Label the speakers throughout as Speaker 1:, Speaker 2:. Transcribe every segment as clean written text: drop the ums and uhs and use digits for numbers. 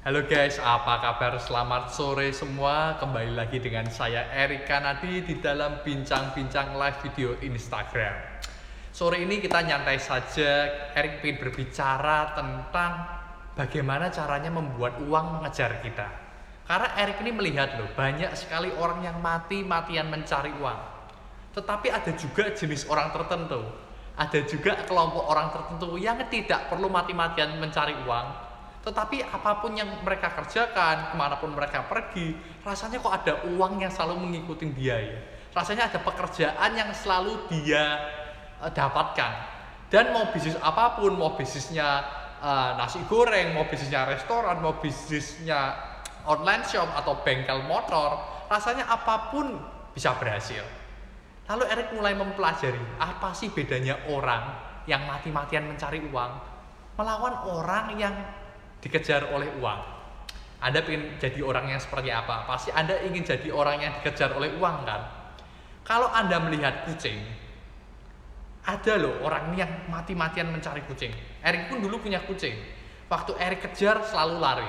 Speaker 1: Halo guys, apa kabar? Selamat sore semua. Kembali lagi dengan saya Erik Kanadi di dalam bincang-bincang live video Instagram. Sore ini kita nyantai saja. Erik ingin berbicara tentang bagaimana caranya membuat uang mengejar kita. Karena Erik ini melihat loh, banyak sekali orang yang mati-matian mencari uang. Tetapi ada juga jenis orang tertentu. Ada juga kelompok orang tertentu yang tidak perlu mati-matian mencari uang. Tetapi apapun yang mereka kerjakan, kemanapun mereka pergi, rasanya kok ada uang yang selalu mengikuti dia ya. Rasanya ada pekerjaan yang selalu dia dapatkan. Dan mau bisnis apapun, mau bisnisnya nasi goreng, mau bisnisnya restoran, mau bisnisnya online shop atau bengkel motor, rasanya apapun bisa berhasil. Lalu Erik mulai mempelajari apa sih bedanya orang yang mati-matian mencari uang melawan orang yang dikejar oleh uang. Anda ingin jadi orang yang seperti apa? Pasti Anda ingin jadi orang yang dikejar oleh uang kan? Kalau Anda melihat kucing, ada loh orang yang mati-matian mencari kucing. Erik pun dulu punya kucing. Waktu Erik kejar selalu lari.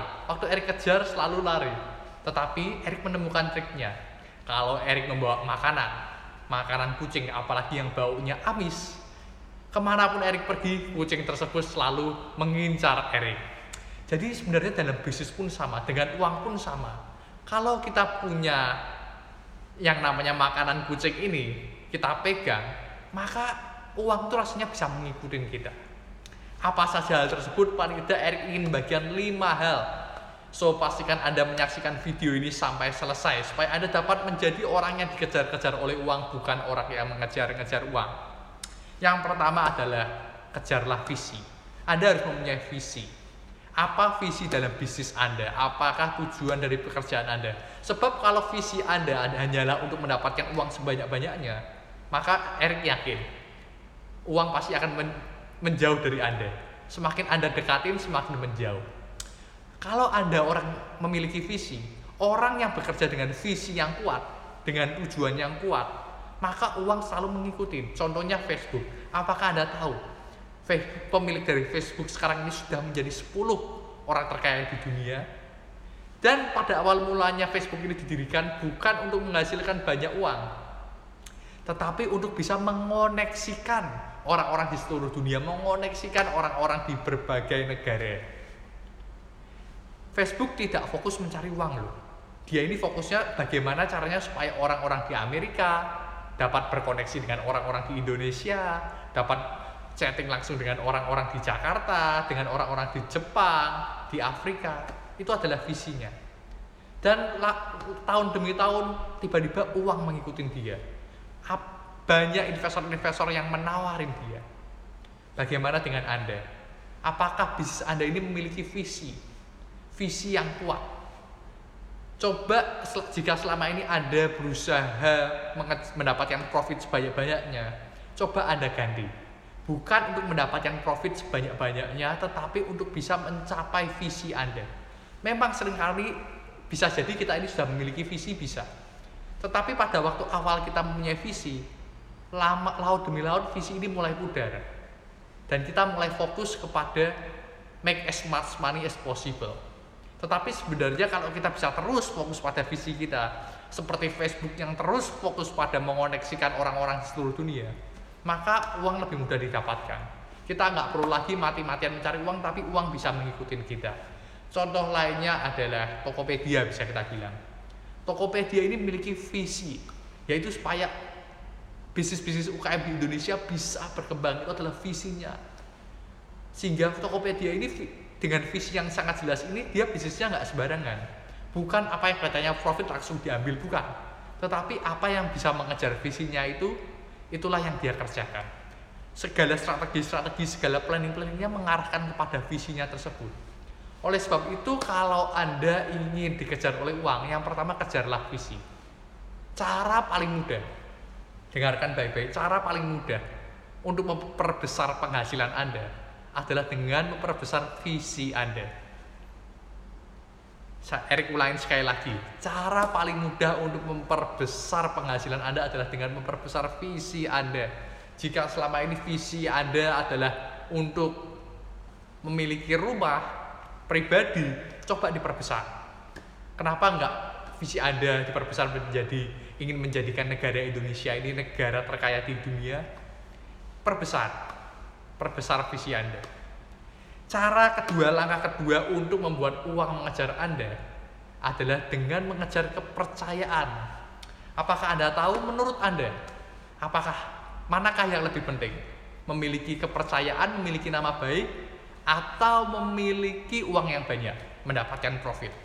Speaker 1: Tetapi Erik menemukan triknya. Kalau Erik membawa makanan kucing apalagi yang baunya amis, kemanapun Erik pergi, kucing tersebut selalu mengincar Erik. Jadi sebenarnya dalam bisnis pun sama, dengan uang pun sama. Kalau kita punya yang namanya makanan kucing ini, kita pegang, maka uang itu rasanya bisa mengikuti kita. Apa saja hal tersebut? Paling tidak Erik ingin bagian 5 hal. So pastikan Anda menyaksikan video ini sampai selesai, supaya Anda dapat menjadi orang yang dikejar-kejar oleh uang, bukan orang yang mengejar-ngejar uang. Yang pertama adalah kejarlah visi. Anda harus mempunyai visi. Apa visi dalam bisnis Anda? Apakah tujuan dari pekerjaan Anda? Sebab kalau visi Anda hanyalah untuk mendapatkan uang sebanyak-banyaknya, maka Erik yakin uang pasti akan menjauh dari Anda. Semakin Anda dekatin, semakin menjauh. Kalau Anda orang memiliki visi, orang yang bekerja dengan visi yang kuat, dengan tujuan yang kuat, maka uang selalu mengikuti. Contohnya Facebook. Apakah Anda tahu pemilik dari Facebook sekarang ini sudah menjadi 10 orang terkaya di dunia? Dan pada awal mulanya Facebook ini didirikan bukan untuk menghasilkan banyak uang, tetapi untuk bisa mengoneksikan orang-orang di seluruh dunia, mengoneksikan orang-orang di berbagai negara. Facebook tidak fokus mencari uang loh. Dia ini fokusnya bagaimana caranya supaya orang-orang di Amerika dapat berkoneksi dengan orang-orang di Indonesia, dapat chatting langsung dengan orang-orang di Jakarta, dengan orang-orang di Jepang, di Afrika. Itu adalah visinya. Dan tahun demi tahun tiba-tiba uang mengikuti dia. Banyak investor-investor yang menawarin dia. Bagaimana dengan Anda? Apakah bisnis Anda ini memiliki visi? Visi yang kuat. Coba jika selama ini Anda berusaha mendapatkan profit sebanyak-banyaknya, coba Anda ganti. Bukan untuk mendapatkan profit sebanyak-banyaknya, tetapi untuk bisa mencapai visi Anda. Memang seringkali bisa jadi kita ini sudah memiliki visi, bisa. Tetapi pada waktu awal kita mempunyai visi, laut demi laut visi ini mulai pudar. Dan kita mulai fokus kepada make as much money as possible. Tetapi sebenarnya kalau kita bisa terus fokus pada visi kita, seperti Facebook yang terus fokus pada mengoneksikan orang-orang di seluruh dunia, maka uang lebih mudah didapatkan. Kita nggak perlu lagi mati-matian mencari uang, tapi uang bisa mengikuti kita. Contoh lainnya adalah Tokopedia, bisa kita bilang. Tokopedia ini memiliki visi, yaitu supaya bisnis-bisnis UKM di Indonesia bisa berkembang. Itu adalah visinya. Sehingga Tokopedia ini dengan visi yang sangat jelas ini, dia bisnisnya nggak sembarangan. Bukan apa yang katanya profit langsung diambil, bukan. Tetapi apa yang bisa mengejar visinya itulah yang dia kerjakan. Segala strategi, segala planning-planningnya mengarahkan kepada visinya tersebut. Oleh sebab itu, kalau Anda ingin dikejar oleh uang, yang pertama kejarlah visi. Cara paling mudah, dengarkan baik-baik, cara paling mudah untuk memperbesar penghasilan Anda adalah dengan memperbesar visi Anda. Erik ulangin sekali lagi, cara paling mudah untuk memperbesar penghasilan Anda adalah dengan memperbesar visi Anda. Jika selama ini visi Anda adalah untuk memiliki rumah pribadi, coba diperbesar. Kenapa enggak visi Anda diperbesar menjadi ingin menjadikan negara Indonesia ini negara terkaya di dunia? Perbesar visi Anda. Langkah kedua untuk membuat uang mengejar Anda adalah dengan mengejar kepercayaan. Apakah Anda tahu menurut Anda, manakah yang lebih penting? Memiliki kepercayaan, memiliki nama baik, atau memiliki uang yang banyak, mendapatkan profit?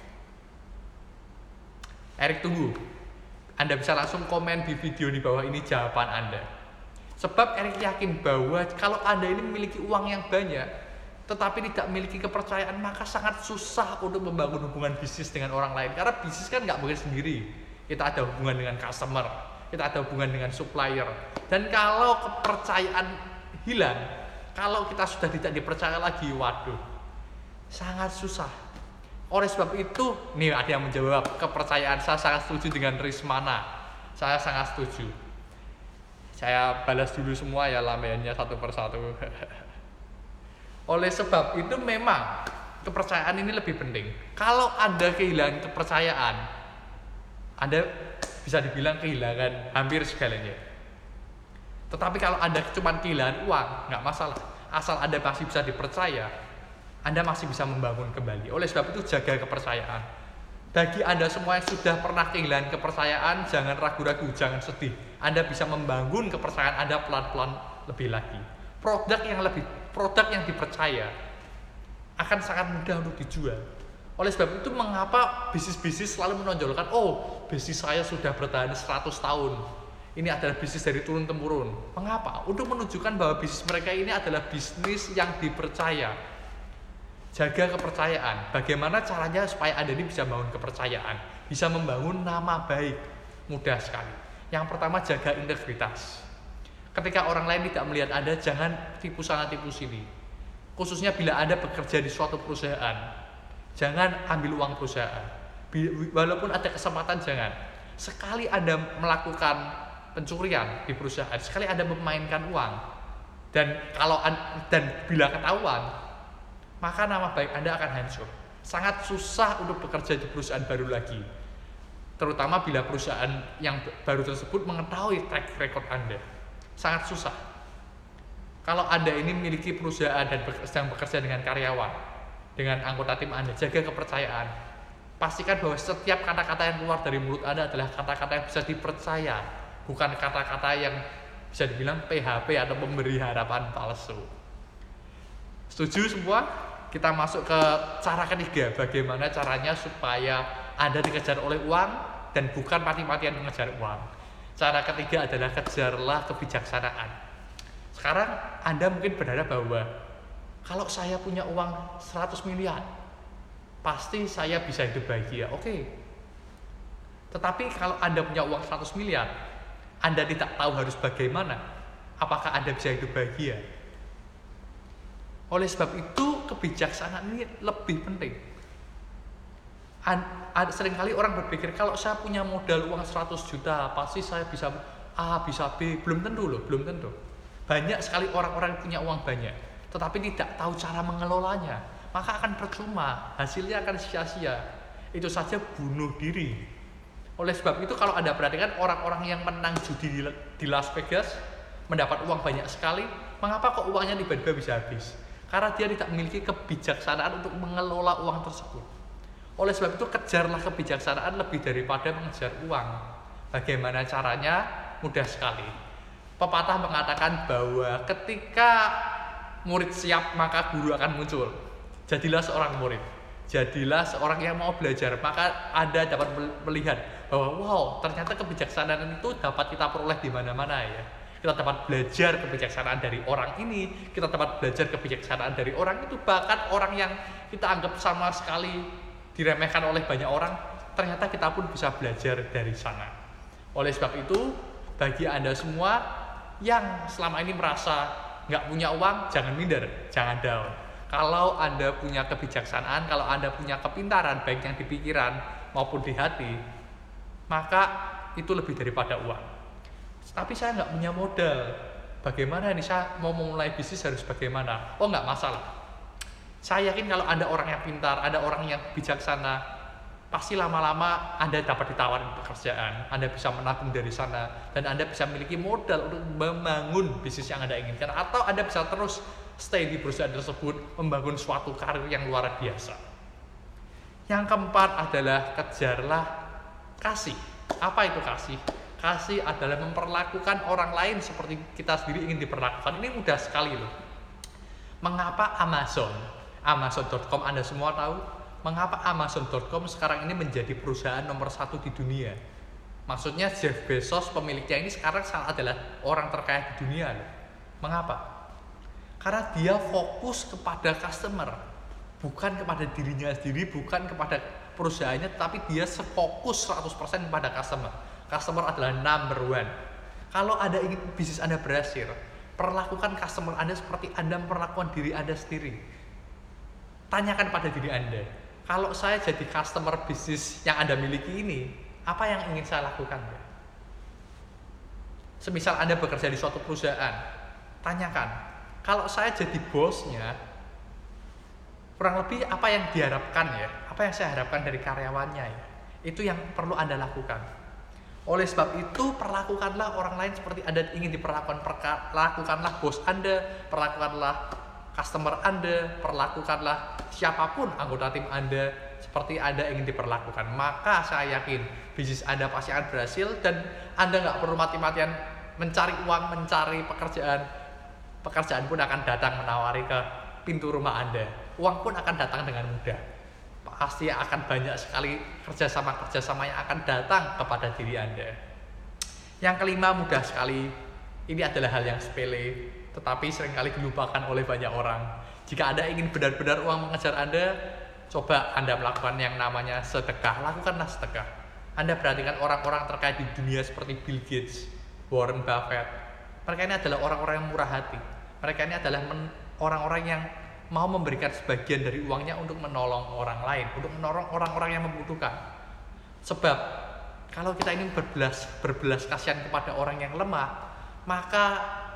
Speaker 1: Erik tunggu. Anda bisa langsung komen di video di bawah ini jawaban Anda. Sebab Erik yakin bahwa kalau Anda ini memiliki uang yang banyak, tetapi tidak memiliki kepercayaan, maka sangat susah untuk membangun hubungan bisnis dengan orang lain. Karena bisnis kan nggak mungkin sendiri. Kita ada hubungan dengan customer, kita ada hubungan dengan supplier. Dan kalau kepercayaan hilang, kalau kita sudah tidak dipercaya lagi, waduh, sangat susah. Oleh sebab itu, nih ada yang menjawab, kepercayaan. Saya sangat setuju dengan Rismana. Saya sangat setuju. Saya balas dulu semua ya lamennya satu persatu. Oleh sebab itu memang kepercayaan ini lebih penting. Kalau Anda kehilangan kepercayaan, Anda bisa dibilang kehilangan hampir segalanya. Tetapi kalau Anda cuma kehilangan uang, nggak masalah. Asal Anda masih bisa dipercaya, Anda masih bisa membangun kembali. Oleh sebab itu jaga kepercayaan. Bagi Anda semua yang sudah pernah kehilangan kepercayaan, jangan ragu-ragu, jangan sedih. Anda bisa membangun kepercayaan Anda pelan-pelan lebih lagi. Produk yang dipercaya akan sangat mudah untuk dijual. Oleh sebab itu mengapa bisnis-bisnis selalu menonjolkan, oh bisnis saya sudah bertahan 100 tahun. Ini adalah bisnis dari turun-temurun. Mengapa? Untuk menunjukkan bahwa bisnis mereka ini adalah bisnis yang dipercaya. Jaga kepercayaan. Bagaimana caranya supaya Anda ini bisa membangun kepercayaan, bisa membangun nama baik? Mudah sekali. Yang pertama, jaga integritas. Ketika orang lain tidak melihat Anda, jangan tipu sana tipu sini. Khususnya bila Anda bekerja di suatu perusahaan, jangan ambil uang perusahaan. Walaupun ada kesempatan, jangan. Sekali Anda melakukan pencurian di perusahaan, sekali Anda memainkan uang, dan bila ketahuan, maka nama baik Anda akan hancur. Sangat susah untuk bekerja di perusahaan baru lagi. Terutama bila perusahaan yang baru tersebut mengetahui track record Anda. Sangat susah. Kalau Anda ini memiliki perusahaan dan sedang bekerja dengan karyawan, dengan anggota tim Anda, jaga kepercayaan. Pastikan bahwa setiap kata-kata yang keluar dari mulut Anda adalah kata-kata yang bisa dipercaya, bukan kata-kata yang bisa dibilang PHP atau memberi harapan palsu. Setuju semua? Kita masuk ke cara ketiga, bagaimana caranya supaya Anda dikejar oleh uang dan bukan mati-matian mengejar uang. Cara ketiga adalah kejarlah kebijaksanaan. Sekarang Anda mungkin berharap bahwa kalau saya punya uang 100 miliar, pasti saya bisa hidup bahagia. Oke. Tetapi kalau Anda punya uang 100 miliar, Anda tidak tahu harus bagaimana, apakah Anda bisa hidup bahagia? Oleh sebab itu, kebijaksanaan ini lebih penting. Seringkali orang berpikir, kalau saya punya modal uang 100 juta, pasti saya bisa A, bisa B. Belum tentu loh, belum tentu. Banyak sekali orang-orang yang punya uang banyak, tetapi tidak tahu cara mengelolanya. Maka akan percuma, hasilnya akan sia-sia. Itu saja bunuh diri. Oleh sebab itu, kalau Anda perhatikan orang-orang yang menang judi di Las Vegas, mendapat uang banyak sekali, mengapa kok uangnya tiba-tiba bisa habis? Karena dia tidak memiliki kebijaksanaan untuk mengelola uang tersebut. Oleh sebab itu, kejarlah kebijaksanaan lebih daripada mengejar uang. Bagaimana caranya? Mudah sekali. Pepatah mengatakan bahwa ketika murid siap, maka guru akan muncul. Jadilah seorang murid. Jadilah seorang yang mau belajar. Maka Anda dapat melihat bahwa wow, ternyata kebijaksanaan itu dapat kita peroleh di mana-mana ya. Kita dapat belajar kebijaksanaan dari orang ini, kita dapat belajar kebijaksanaan dari orang itu, bahkan orang yang kita anggap sama sekali diremehkan oleh banyak orang, ternyata kita pun bisa belajar dari sana. Oleh sebab itu, bagi Anda semua yang selama ini merasa nggak punya uang, jangan minder, jangan down. Kalau Anda punya kebijaksanaan, kalau Anda punya kepintaran, baik yang di pikiran maupun di hati, maka itu lebih daripada uang. Tapi saya nggak punya modal. Bagaimana ini, saya mau memulai bisnis harus bagaimana? Oh, nggak masalah. Saya yakin kalau Anda orang yang pintar, Anda orang yang bijaksana, pasti lama-lama Anda dapat ditawarin pekerjaan, Anda bisa menabung dari sana, dan Anda bisa memiliki modal untuk membangun bisnis yang Anda inginkan, atau Anda bisa terus stay di perusahaan tersebut, membangun suatu karir yang luar biasa. Yang keempat adalah kejarlah kasih. Apa itu kasih? Kasih adalah memperlakukan orang lain seperti kita sendiri ingin diperlakukan. Ini mudah sekali loh. Mengapa Amazon.com Anda semua tahu? Mengapa Amazon.com sekarang ini menjadi perusahaan nomor 1 di dunia? Maksudnya Jeff Bezos pemiliknya ini sekarang adalah orang terkaya di dunia loh. Mengapa? Karena dia fokus kepada customer, bukan kepada dirinya sendiri, bukan kepada perusahaannya, tapi dia sefokus 100% kepada customer. Customer adalah number one. Kalau Anda ingin bisnis Anda berhasil, perlakukan customer Anda seperti Anda memperlakukan diri Anda sendiri. Tanyakan pada diri Anda, kalau saya jadi customer bisnis yang Anda miliki ini, apa yang ingin saya lakukan? Semisal Anda bekerja di suatu perusahaan, tanyakan, kalau saya jadi bosnya, kurang lebih apa yang diharapkan ya? Apa yang saya harapkan dari karyawannya ya? Itu yang perlu Anda lakukan. Oleh sebab itu, perlakukanlah orang lain seperti Anda ingin diperlakukan. Lakukanlah bos Anda, perlakukanlah customer Anda, perlakukanlah siapapun anggota tim Anda seperti Anda ingin diperlakukan. Maka saya yakin bisnis Anda pasti akan berhasil, dan Anda nggak perlu mati-matian mencari uang, mencari pekerjaan. Pekerjaan pun akan datang menawari ke pintu rumah Anda. Uang pun akan datang dengan mudah. Pasti akan banyak sekali kerjasama yang akan datang kepada diri Anda. Yang kelima, mudah sekali. Ini adalah hal yang sepele, tetapi seringkali dilupakan oleh banyak orang. Jika Anda ingin benar-benar uang mengejar Anda, coba Anda melakukan yang namanya sedekah. Lakukanlah sedekah. Anda perhatikan orang-orang terkaya di dunia seperti Bill Gates, Warren Buffett. Mereka ini adalah orang-orang yang murah hati. Mereka ini adalah orang-orang yang mau memberikan sebagian dari uangnya untuk menolong orang lain, untuk menolong orang-orang yang membutuhkan. Sebab kalau kita ini berbelas kasihan kepada orang yang lemah, maka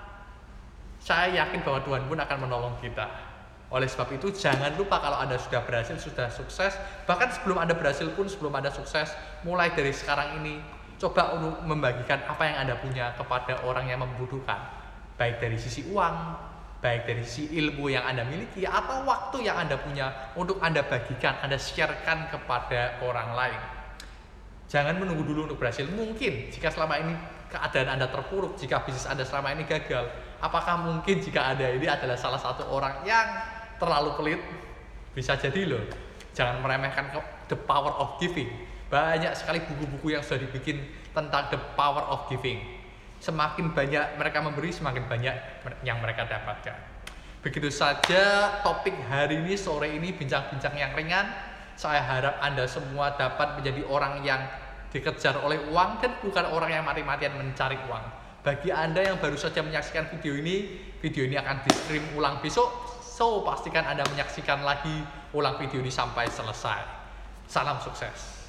Speaker 1: saya yakin bahwa Tuhan pun akan menolong kita. Oleh sebab itu, jangan lupa kalau Anda sudah berhasil, sudah sukses, bahkan sebelum Anda berhasil pun, sebelum Anda sukses, mulai dari sekarang ini, coba untuk membagikan apa yang Anda punya kepada orang yang membutuhkan, baik dari sisi uang, baik dari sisi ilmu yang Anda miliki, atau waktu yang Anda punya untuk Anda bagikan, Anda sharekan kepada orang lain. Jangan menunggu dulu untuk berhasil. Mungkin jika selama ini keadaan Anda terpuruk, jika bisnis Anda selama ini gagal, apakah mungkin jika Anda ini adalah salah satu orang yang terlalu pelit? Bisa jadi loh. Jangan meremehkan the power of giving. Banyak sekali buku-buku yang sudah dibikin tentang the power of giving. Semakin banyak mereka memberi, semakin banyak yang mereka dapatkan. Begitu saja topik hari ini, sore ini, bincang-bincang yang ringan. Saya harap Anda semua dapat menjadi orang yang dikejar oleh uang, dan bukan orang yang mati-matian mencari uang. Bagi Anda yang baru saja menyaksikan video ini akan di-stream ulang besok. So, pastikan Anda menyaksikan lagi ulang video ini sampai selesai. Salam sukses.